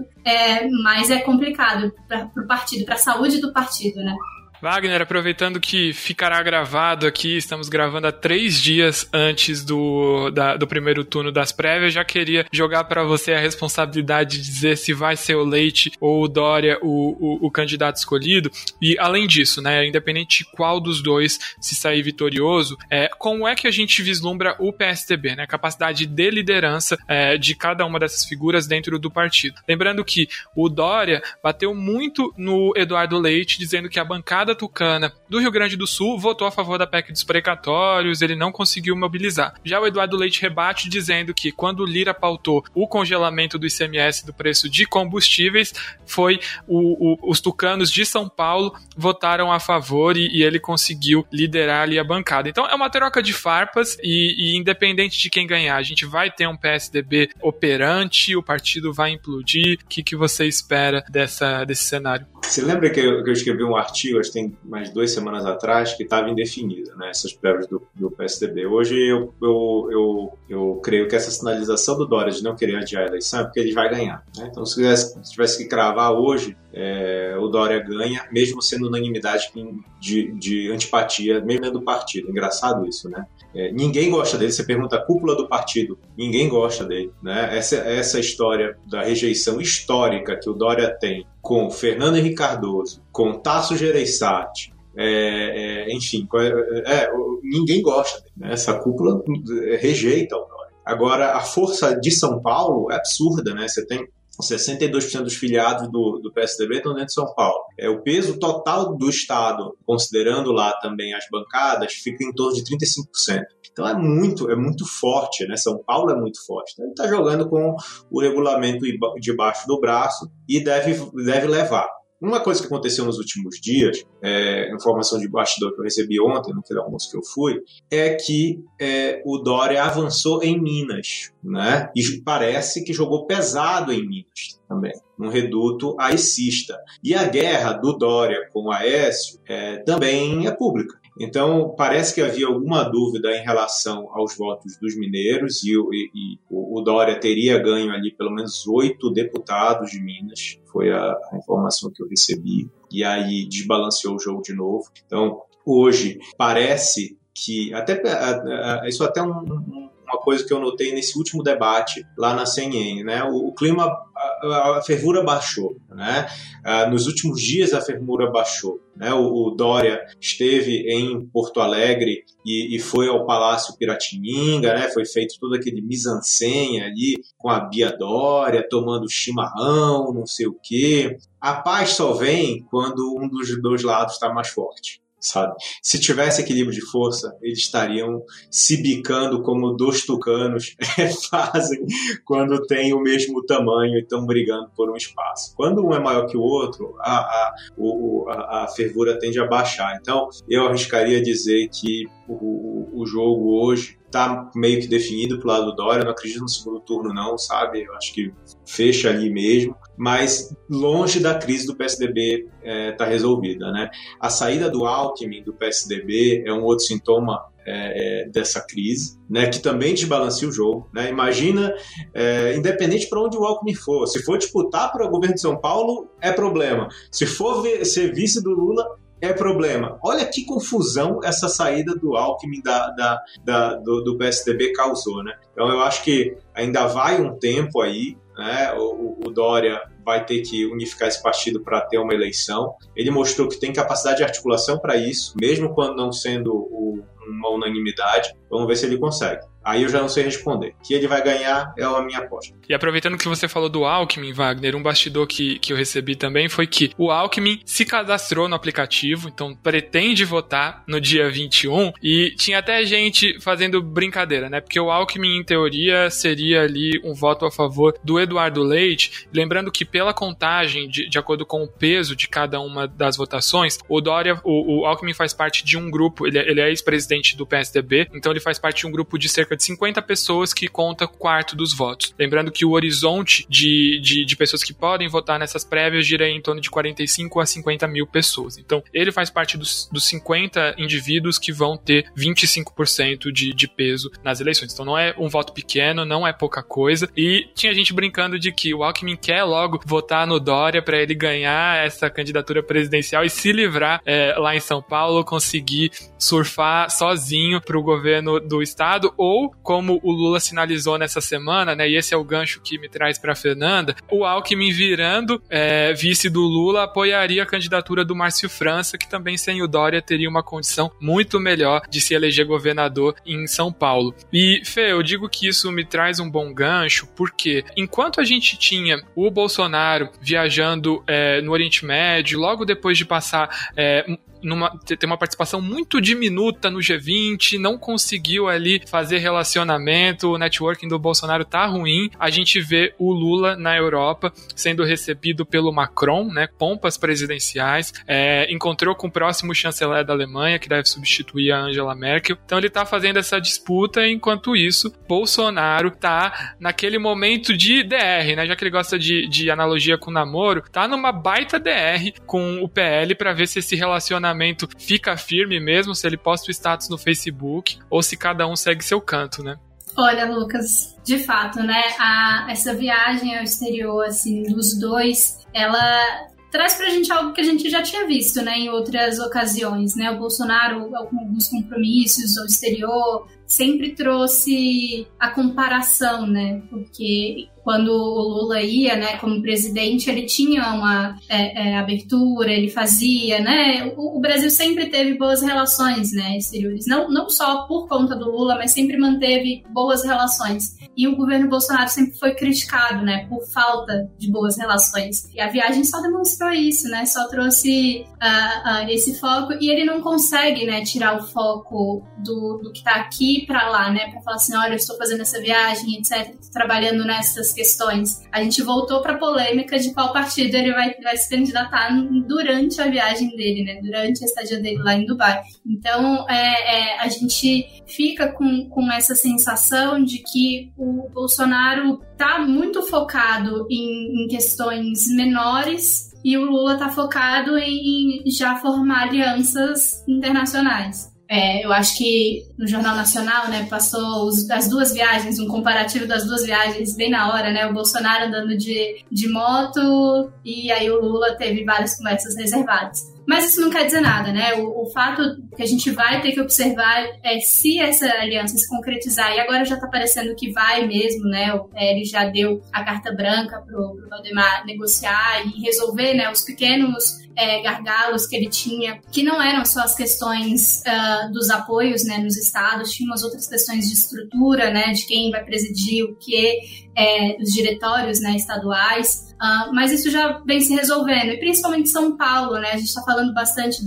Mas é complicado para o partido, para a saúde do partido, né? Wagner, aproveitando que ficará gravado aqui, estamos gravando há 3 dias antes do primeiro turno das prévias, já queria jogar para você a responsabilidade de dizer se vai ser o Leite ou o Dória o candidato escolhido. E além disso, né, independente de qual dos dois se sair vitorioso, como é que a gente vislumbra o PSDB, né, a capacidade de liderança de cada uma dessas figuras dentro do partido. Lembrando que o Dória bateu muito no Eduardo Leite, dizendo que a bancada tucana do Rio Grande do Sul votou a favor da PEC dos precatórios, ele não conseguiu mobilizar. Já o Eduardo Leite rebate dizendo que quando o Lira pautou o congelamento do ICMS do preço de combustíveis, foi os tucanos de São Paulo votaram a favor e ele conseguiu liderar ali a bancada. Então é uma troca de farpas e independente de quem ganhar, a gente vai ter um PSDB operante, o partido vai implodir. O que você espera desse cenário? Você lembra que eu escrevi um artigo, acho que tem mais 2 semanas atrás, que estava indefinido, né, essas prévias do PSDB. Hoje eu creio que essa sinalização do Dória de não querer adiar a eleição é porque ele vai ganhar, né? Então, se tivesse que cravar hoje, o Dória ganha, mesmo sendo unanimidade de antipatia, mesmo dentro do partido. Engraçado isso, né? Ninguém gosta dele. Você pergunta a cúpula do partido, ninguém gosta dele, né? Essa história da rejeição histórica que o Dória tem com Fernando Henrique Cardoso, com Tasso Gereissati, enfim, ninguém gosta dele, né? Essa cúpula rejeita o Dória. Agora, a força de São Paulo é absurda, né? Você tem 62% dos filiados do PSDB estão dentro de São Paulo. O peso total do Estado, considerando lá também as bancadas, fica em torno de 35%. Então é muito forte, né? São Paulo é muito forte. Então, ele está jogando com o regulamento debaixo do braço e deve levar. Uma coisa que aconteceu nos últimos dias, informação de bastidor que eu recebi ontem, no almoço que eu fui, é que o Dória avançou em Minas, né? E parece que jogou pesado em Minas também, num reduto aecista. E a guerra do Dória com o Aécio também é pública. Então, parece que havia alguma dúvida em relação aos votos dos mineiros e o Dória teria ganho ali pelo menos 8 deputados de Minas, foi a informação que eu recebi, e aí desbalanceou o jogo de novo. Então, hoje, parece que, isso até uma coisa que eu notei nesse último debate lá na CNN, né? O clima, a fervura baixou, né? Nos últimos dias a fervura baixou, né? O Dória esteve em Porto Alegre e foi ao Palácio Piratininga, né? Foi feito todo aquele mise-en-scène ali com a Bia Dória tomando chimarrão, não sei o quê. A paz só vem quando um dos dois lados está mais forte, sabe? Se tivesse equilíbrio de força, eles estariam se bicando como 2 tucanos fazem quando têm o mesmo tamanho e estão brigando por um espaço. Quando um é maior que o outro, a fervura tende a baixar. Então, eu arriscaria dizer que o jogo hoje está meio que definido pro lado do Dória. Eu não acredito no segundo turno não, sabe? Eu acho que fecha ali mesmo, mas longe da crise do PSDB tá resolvida, né? A saída do Alckmin do PSDB é um outro sintoma dessa crise, né, que também desbalanceia o jogo, né? Imagina, independente para onde o Alckmin for, se for disputar para o governo de São Paulo, é problema. Se for ser vice do Lula, é problema. Olha que confusão essa saída do Alckmin do PSDB causou, né? Então eu acho que ainda vai um tempo aí, né? O Dória vai ter que unificar esse partido para ter uma eleição. Ele mostrou que tem capacidade de articulação para isso, mesmo quando não sendo uma unanimidade. Vamos ver se ele consegue. Aí eu já não sei responder. Que ele vai ganhar é a minha aposta. E aproveitando que você falou do Alckmin, Wagner, um bastidor que eu recebi também foi que o Alckmin se cadastrou no aplicativo, então pretende votar no dia 21, e tinha até gente fazendo brincadeira, né? Porque o Alckmin, em teoria, seria ali um voto a favor do Eduardo Leite, lembrando que pela contagem, de acordo com o peso de cada uma das votações, o Alckmin faz parte de um grupo, ele é ex-presidente do PSDB, então ele faz parte de um grupo de cerca de 50 pessoas que conta quarto dos votos. Lembrando que o horizonte de pessoas que podem votar nessas prévias gira em torno de 45 a 50 mil pessoas. Então, ele faz parte dos 50 indivíduos que vão ter 25% de peso nas eleições. Então, não é um voto pequeno, não é pouca coisa. E tinha gente brincando de que o Alckmin quer logo votar no Dória para ele ganhar essa candidatura presidencial e se livrar lá em São Paulo, conseguir surfar sozinho para o governo do estado, ou como o Lula sinalizou nessa semana, né, e esse é o gancho que me traz para a Fernanda, o Alckmin virando vice do Lula apoiaria a candidatura do Márcio França, que também sem o Dória teria uma condição muito melhor de se eleger governador em São Paulo. E, Fê, eu digo que isso me traz um bom gancho, porque enquanto a gente tinha o Bolsonaro viajando no Oriente Médio, logo depois de passar ter uma participação muito diminuta no G20, não conseguiu ali fazer relacionamento, o networking do Bolsonaro tá ruim, a gente vê o Lula na Europa sendo recebido pelo Macron, né, pompas presidenciais, encontrou com o próximo chanceler da Alemanha, que deve substituir a Angela Merkel, então ele tá fazendo essa disputa, enquanto isso, Bolsonaro tá naquele momento de DR, né, já que ele gosta de analogia com namoro, tá numa baita DR com o PL para ver se esse relacionamento fica firme mesmo, se ele posta o status no Facebook ou se cada um segue seu canto, né? Olha, Lucas, de fato, né, essa viagem ao exterior, assim, dos dois, ela traz pra gente algo que a gente já tinha visto, né, em outras ocasiões, né, o Bolsonaro com alguns compromissos ao exterior, sempre trouxe a comparação, né? Porque quando o Lula ia, né, como presidente, ele tinha uma abertura, ele fazia, né? O Brasil sempre teve boas relações, né, exteriores. Não só por conta do Lula, mas sempre manteve boas relações. E o governo Bolsonaro sempre foi criticado, né, por falta de boas relações. E a viagem só demonstrou isso, né? Só trouxe esse foco. E ele não consegue, né, tirar o foco do que está aqui para lá, né? Para falar assim, olha, eu estou fazendo essa viagem, etc. Estou trabalhando nessas questões. A gente voltou para a polêmica de qual partido ele vai se candidatar durante a viagem dele, né? Durante a estadia dele lá em Dubai. Então, a gente fica com essa sensação de que o Bolsonaro está muito focado em questões menores e o Lula está focado em já formar alianças internacionais. Eu acho que no Jornal Nacional, né, passou as duas viagens, um comparativo das duas viagens bem na hora, né, o Bolsonaro andando de moto e aí o Lula teve várias conversas reservadas. Mas isso não quer dizer nada, né? O fato que a gente vai ter que observar é se essa aliança se concretizar, e agora já tá parecendo que vai mesmo, né? O PL já deu a carta branca pro Valdemar negociar e resolver, né, os pequenos gargalos que ele tinha, que não eram só as questões dos apoios, né, nos estados, tinha umas outras questões de estrutura, né, de quem vai presidir o que, dos diretórios, né, estaduais, mas isso já vem se resolvendo, e principalmente São Paulo, né, a gente está falando bastante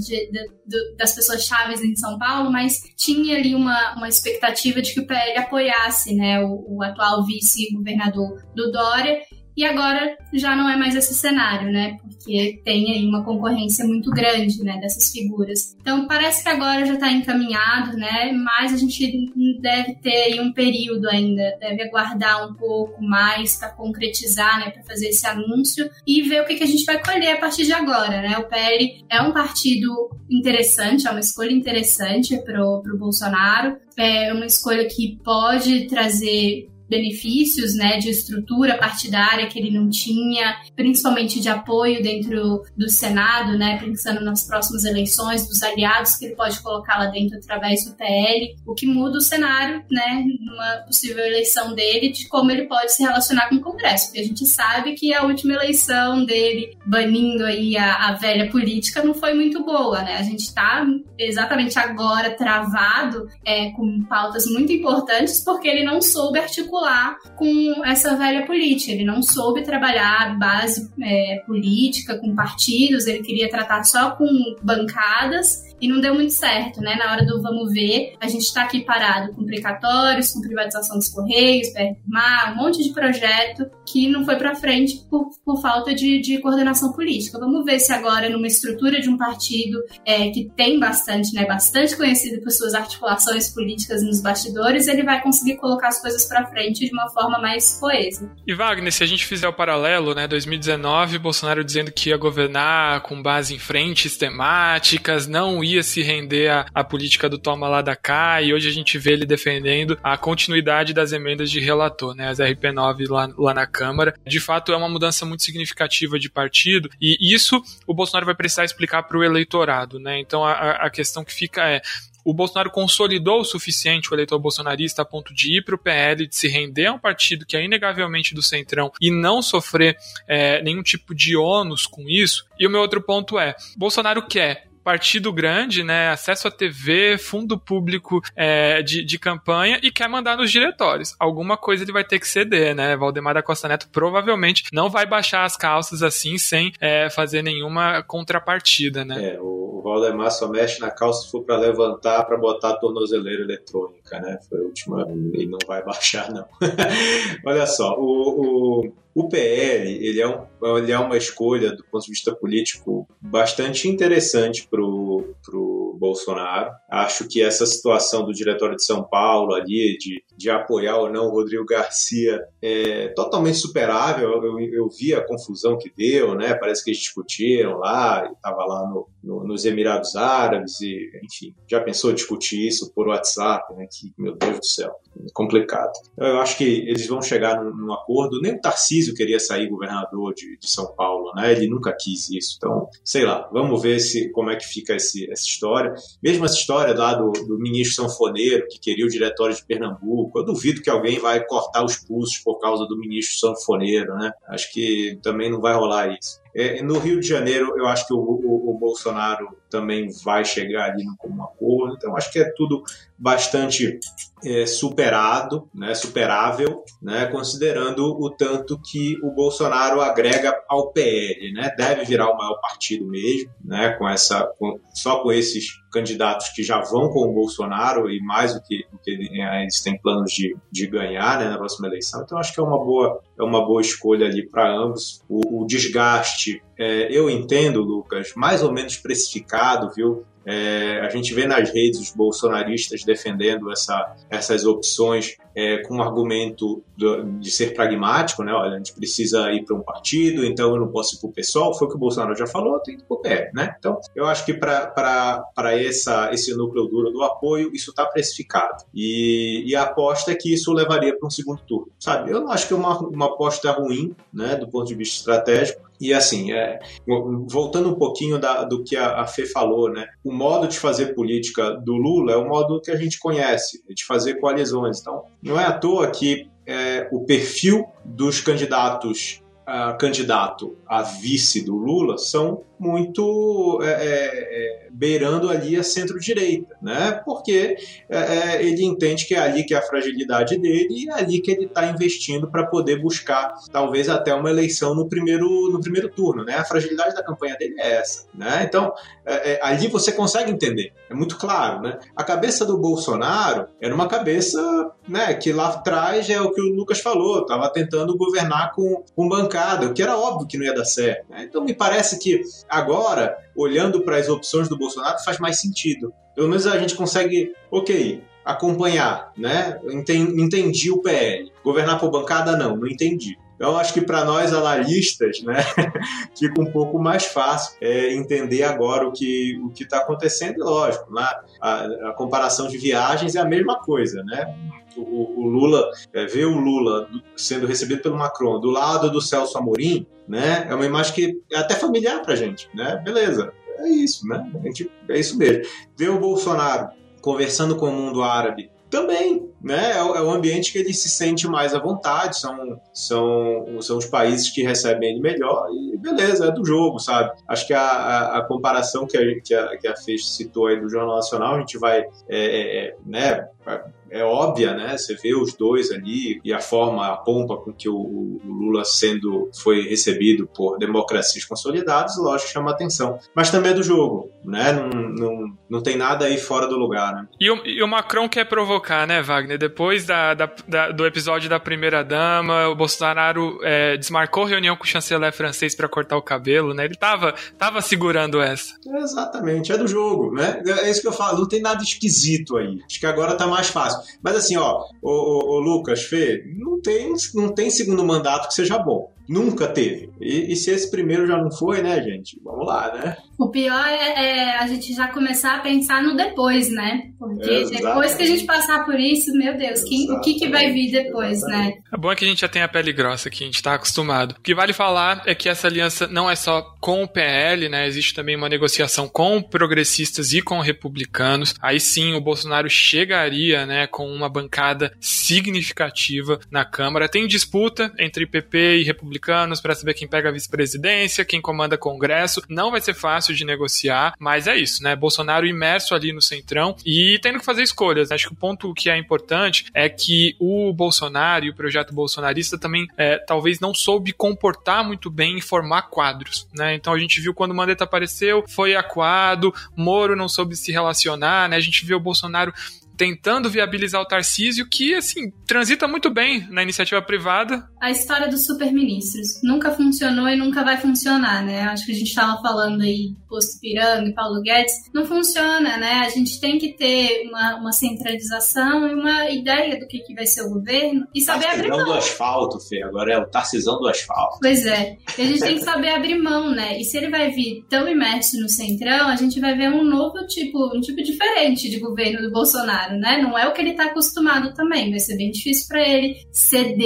das pessoas chaves em São Paulo, mas tinha ali uma expectativa de que o PL apoiasse, né, o atual vice-governador do Dória. E agora já não é mais esse cenário, né? Porque tem aí uma concorrência muito grande, né, dessas figuras. Então parece que agora já está encaminhado, né? Mas a gente deve ter aí um período ainda, deve aguardar um pouco mais para concretizar, né, para fazer esse anúncio e ver o que a gente vai colher a partir de agora, né? O PL é um partido interessante, é uma escolha interessante pro Bolsonaro, é uma escolha que pode trazer benefícios, né, de estrutura partidária que ele não tinha, principalmente de apoio dentro do Senado, né, pensando nas próximas eleições, dos aliados que ele pode colocar lá dentro através do PL, o que muda o cenário, né, numa possível eleição dele, de como ele pode se relacionar com o Congresso, porque a gente sabe que a última eleição dele, banindo aí a velha política, não foi muito boa, né, a gente está exatamente agora travado com pautas muito importantes porque ele não soube articular com essa velha política. Ele não soube trabalhar base política, com partidos, ele queria tratar só com bancadas e não deu muito certo, né? Na hora do vamos ver, a gente está aqui parado com precatórios, com privatização dos Correios, PRMA, um monte de projeto que não foi para frente por falta de coordenação política. Vamos ver se agora, numa estrutura de um partido que tem bastante conhecido por suas articulações políticas nos bastidores, ele vai conseguir colocar as coisas para frente de uma forma mais coesa. E Wagner, se a gente fizer o paralelo, né, 2019, Bolsonaro dizendo que ia governar com base em frentes temáticas, não ia se render à política do toma lá da cá, e hoje a gente vê ele defendendo a continuidade das emendas de relator, né, as RP9 lá na Câmara. De fato, é uma mudança muito significativa de partido, e isso o Bolsonaro vai precisar explicar para o eleitorado, né? Então a questão que fica o Bolsonaro consolidou o suficiente o eleitor bolsonarista a ponto de ir para o PL, de se render a um partido que é inegavelmente do centrão e não sofrer nenhum tipo de ônus com isso. E o meu outro ponto Bolsonaro quer partido grande, né, acesso à TV, fundo público de campanha e quer mandar nos diretórios. Alguma coisa ele vai ter que ceder, né? Valdemar da Costa Neto provavelmente não vai baixar as calças assim sem fazer nenhuma contrapartida, né? O Valdemar só mexe na calça se for para levantar, para botar a tornozeleira eletrônica, né? Foi a última, ele não vai baixar, não. Olha só, o PL, ele é uma escolha do ponto de vista político bastante interessante pro Bolsonaro. Acho que essa situação do Diretório de São Paulo ali, de apoiar ou não o Rodrigo Garcia, é totalmente superável. Eu vi a confusão que deu, né? Parece que eles discutiram lá, estava lá nos Emirados Árabes, e, enfim, já pensou discutir isso por WhatsApp, né? Que, meu Deus do céu, complicado. Então, eu acho que eles vão chegar num acordo. Nem o Tarcísio queria sair governador de São Paulo, né? Ele nunca quis isso. Então, sei lá, vamos ver como é que fica essa história. história. Mesmo essa história lá do ministro sanfoneiro que queria o diretório de Pernambuco. Eu duvido que alguém vai cortar os pulsos por causa do ministro sanfoneiro, né? Acho que também não vai rolar isso. No Rio de Janeiro, eu acho que o Bolsonaro também vai chegar ali no comum acordo. Então, acho que é tudo bastante superado, né, superável, né, considerando o tanto que o Bolsonaro agrega ao PL. Né? Deve virar o maior partido mesmo, né, só com esses candidatos que já vão com o Bolsonaro e mais do que eles têm planos de ganhar, né, na próxima eleição. Então, acho que é uma boa escolha ali para ambos. O desgaste, eu entendo, Lucas, mais ou menos precificado, viu? A gente vê nas redes os bolsonaristas defendendo essas opções com um argumento de ser pragmático, né? Olha, a gente precisa ir para um partido, então eu não posso ir para o PSOL, foi o que o Bolsonaro já falou, eu tenho que ir para o PL, né? Então, eu acho que para esse núcleo duro do apoio, isso está precificado. E a aposta é que isso levaria para um segundo turno, sabe? Eu não acho que é uma aposta ruim, né, do ponto de vista estratégico. E assim, voltando um pouquinho do que a Fê falou, né? O modo de fazer política do Lula é o modo que a gente conhece, de fazer coalizões. Então, não é à toa que o perfil dos candidato a vice do Lula são muito beirando ali a centro-direita, né? Porque ele entende que é ali que é a fragilidade dele e é ali que ele está investindo para poder buscar talvez até uma eleição no primeiro turno, né? A fragilidade da campanha dele é essa, né? Então, ali você consegue entender, é muito claro, né? A cabeça do Bolsonaro era uma cabeça, né, que lá atrás é o que o Lucas falou, estava tentando governar com bancada, o que era óbvio que não ia dar certo, né? Então, me parece que agora, olhando para as opções do Bolsonaro, faz mais sentido. Pelo menos a gente consegue, acompanhar, né? Entendi o PL. Governar por bancada, não entendi. Então, acho que para nós analistas, né, fica um pouco mais fácil entender agora o que está acontecendo. E, lógico, né, a comparação de viagens é a mesma coisa, né? O Lula, ver o Lula sendo recebido pelo Macron do lado do Celso Amorim, né, é uma imagem que é até familiar para a gente, né? Beleza, é isso, né? É isso mesmo. Ver o Bolsonaro conversando com o mundo árabe também, né? É o ambiente que ele se sente mais à vontade, são os países que recebem ele melhor e beleza, é do jogo, sabe? Acho que a comparação que a Fê citou aí do Jornal Nacional, a gente vai, é óbvia, né? Você vê os dois ali e a pompa com que o Lula foi recebido por democracias consolidadas, lógico, chama atenção. Mas também é do jogo, né? Não tem nada aí fora do lugar, né? E o Macron quer provocar, né, Wagner? Depois do episódio da primeira-dama, o Bolsonaro desmarcou reunião com o chanceler francês para cortar o cabelo, né? Ele tava segurando essa. Exatamente, é do jogo, né? É isso que eu falo, não tem nada esquisito aí. Acho que agora tá mais fácil. Mas assim, o Lucas, Fê, não tem segundo mandato que seja bom. Nunca teve. E se esse primeiro já não foi, né, gente? Vamos lá, né? O pior é a gente já começar a pensar no depois, né? Porque depois que a gente passar por isso, meu Deus, o que vai vir depois, né? É bom que a gente já tem a pele grossa aqui, a gente tá acostumado. O que vale falar é que essa aliança não é só com o PL, né? Existe também uma negociação com progressistas e com republicanos. Aí sim, o Bolsonaro chegaria, né, com uma bancada significativa na Câmara. Tem disputa entre PP e republicanos para saber quem pega a vice-presidência, quem comanda Congresso. Não vai ser fácil de negociar, mas é isso, né? Bolsonaro imerso ali no centrão e tendo que fazer escolhas. Acho que o ponto que é importante é que o Bolsonaro e o projeto bolsonarista também talvez não soube comportar muito bem e formar quadros, né? Então a gente viu quando o Mandetta apareceu, foi acuado, Moro não soube se relacionar, né? A gente viu o Bolsonaro tentando viabilizar o Tarcísio, que, assim, transita muito bem na iniciativa privada. A história dos superministros nunca funcionou e nunca vai funcionar, né? Acho que a gente estava falando aí, Posto Piranga e Paulo Guedes, não funciona, né? A gente tem que ter uma centralização e uma ideia do que vai ser o governo e saber abrir mão. Do asfalto, Fê, agora é o Tarcisão do asfalto. Pois é, e a gente tem que saber abrir mão, né? E se ele vai vir tão imerso no centrão, a gente vai ver um tipo diferente de governo do Bolsonaro, né? Não é o que ele está acostumado também, vai ser bem difícil para ele ceder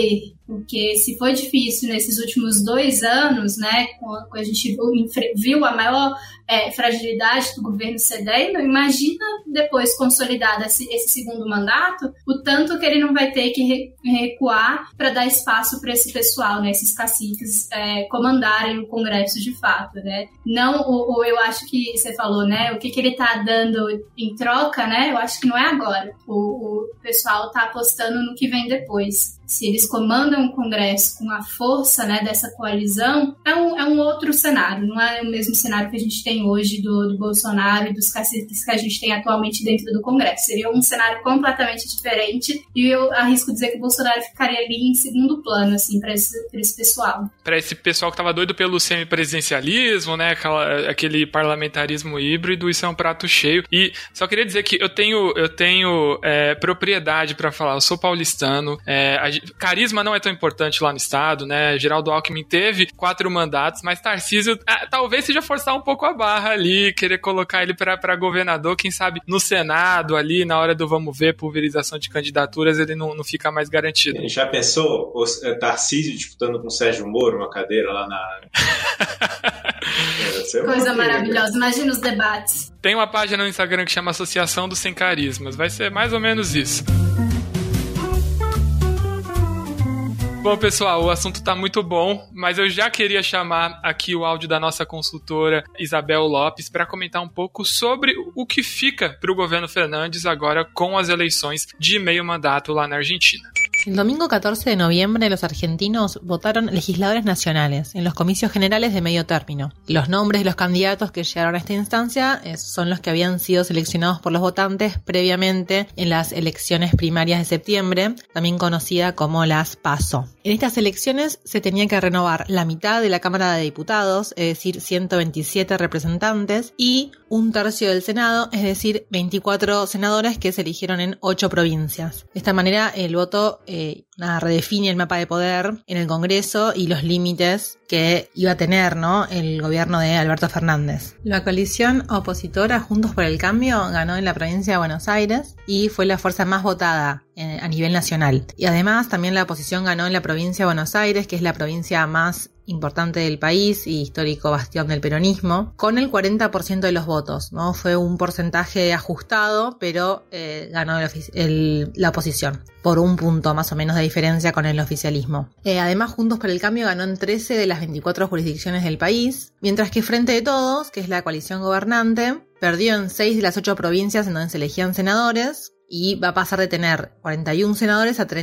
Porque se foi difícil nesses últimos 2 anos, né, quando a gente viu a maior fragilidade do governo cedendo, imagina depois consolidado esse segundo mandato, o tanto que ele não vai ter que recuar para dar espaço para esse pessoal, né, esses caciques comandarem o Congresso de fato, né? Não, eu acho que você falou, né, o que ele está dando em troca, né, eu acho que não é agora. O pessoal está apostando no que vem depois. Se eles comandam o Congresso com a força, né, dessa coalizão, é um outro cenário, não é o mesmo cenário que a gente tem hoje do Bolsonaro e dos caciques que a gente tem atualmente dentro do Congresso. Seria um cenário completamente diferente e eu arrisco dizer que o Bolsonaro ficaria ali em segundo plano, assim, para esse pessoal. Para esse pessoal que estava doido pelo semipresidencialismo, né, aquele parlamentarismo híbrido, isso é um prato cheio. E só queria dizer que eu tenho propriedade para falar, eu sou paulistano, carisma não é tão importante lá no estado, né? Geraldo Alckmin teve 4 mandatos, mas Tarcísio talvez seja forçar um pouco a barra ali, querer colocar ele para governador, quem sabe no Senado ali, na hora do vamos ver, pulverização de candidaturas, ele não fica mais garantido. Já pensou o Tarcísio disputando com o Sérgio Moro uma cadeira lá na... Coisa maravilhosa, imagina os debates. Tem uma página no Instagram que chama Associação dos Sem Carismas, vai ser mais ou menos isso. Bom, pessoal, o assunto tá muito bom, mas eu já queria chamar aqui o áudio da nossa consultora Isabel Lopes para comentar um pouco sobre o que fica para o governo Fernandes agora com as eleições de meio mandato lá na Argentina. El domingo 14 de noviembre los argentinos votaron legisladores nacionales en los comicios generales de medio término. Los nombres de los candidatos que llegaron a esta instancia son los que habían sido seleccionados por los votantes previamente en las elecciones primarias de septiembre, también conocida como las PASO. En estas elecciones se tenía que renovar la mitad de la Cámara de Diputados, es decir, 127 representantes, y 1/3 del Senado, es decir, 24 senadores que se eligieron en 8 provincias. De esta manera el voto redefine el mapa de poder en el Congreso y los límites que iba a tener, ¿no?, el gobierno de Alberto Fernández. La coalición opositora Juntos por el Cambio ganó en la provincia de Buenos Aires y fue la fuerza más votada a nivel nacional. Y además también la oposición ganó en la provincia de Buenos Aires, que es la provincia más importante del país y histórico bastión del peronismo, con el 40% de los votos, ¿no? Fue un porcentaje ajustado, pero ganó la oposición, por 1 punto más o menos de diferencia con el oficialismo. Además, Juntos por el Cambio ganó en 13 de las 24 jurisdicciones del país, mientras que Frente de Todos, que es la coalición gobernante, perdió en 6 de las 8 provincias en donde se elegían senadores, y va a pasar de tener 41 senadores a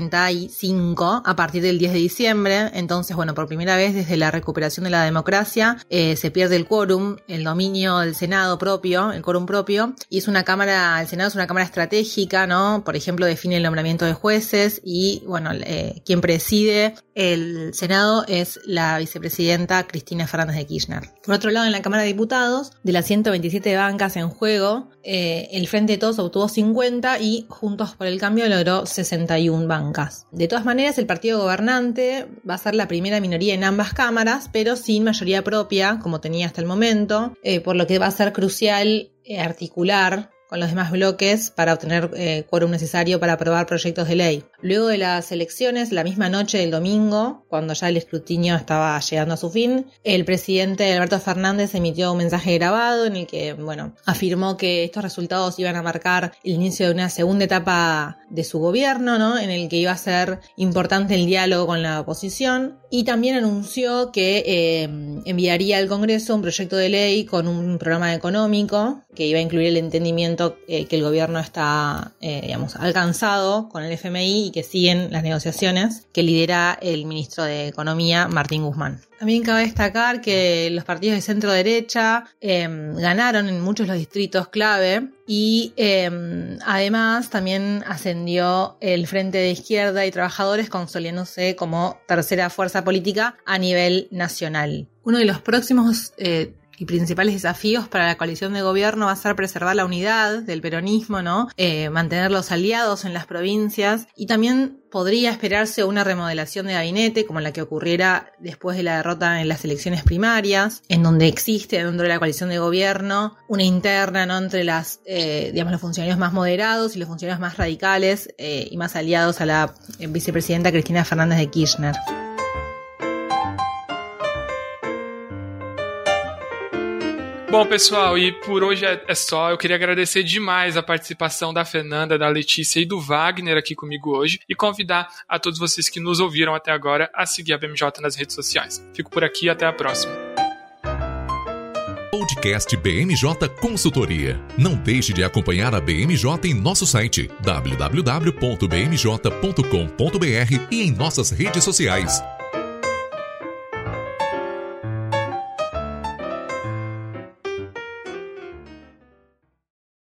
35 a partir del 10 de diciembre. Entonces, bueno, por primera vez desde la recuperación de la democracia se pierde el quórum, el dominio del Senado propio, el quórum propio, y el Senado es una cámara estratégica, ¿no? Por ejemplo, define el nombramiento de jueces y, bueno, quien preside el Senado es la vicepresidenta Cristina Fernández de Kirchner. Por otro lado, en la Cámara de Diputados, de las 127 bancas en juego, el Frente de Todos obtuvo 50 y Juntos por el Cambio logró 61 bancas. De todas maneras, el partido gobernante va a ser la primera minoría en ambas cámaras, pero sin mayoría propia, como tenía hasta el momento, por lo que va a ser crucial articular con los demás bloques para obtener quórum necesario para aprobar proyectos de ley. Luego de las elecciones, la misma noche del domingo, cuando ya el escrutinio estaba llegando a su fin, el presidente Alberto Fernández emitió un mensaje grabado en el que, bueno, afirmó que estos resultados iban a marcar el inicio de una segunda etapa de su gobierno, ¿no?, en el que iba a ser importante el diálogo con la oposición, y también anunció que enviaría al Congreso un proyecto de ley con un programa económico que iba a incluir el entendimiento que el gobierno está, alcanzado con el FMI y que siguen las negociaciones que lidera el ministro de Economía, Martín Guzmán. También cabe destacar que los partidos de centro-derecha ganaron en muchos de los distritos clave y además también ascendió el Frente de Izquierda y Trabajadores, consolidándose como tercera fuerza política a nivel nacional. Uno de los próximos y principales desafíos para la coalición de gobierno va a ser preservar la unidad del peronismo, ¿no? Mantener los aliados en las provincias, y también podría esperarse una remodelación de gabinete como la que ocurriera después de la derrota en las elecciones primarias, en donde existe dentro de la coalición de gobierno una interna, ¿no? Entre los funcionarios más moderados y los funcionarios más radicales y más aliados a la vicepresidenta Cristina Fernández de Kirchner. Bom, pessoal, e por hoje é só. Eu queria agradecer demais a participação da Fernanda, da Letícia e do Wagner aqui comigo hoje e convidar a todos vocês que nos ouviram até agora a seguir a BMJ nas redes sociais. Fico por aqui e até a próxima. Podcast BMJ Consultoria. Não deixe de acompanhar a BMJ em nosso site www.bmj.com.br e em nossas redes sociais.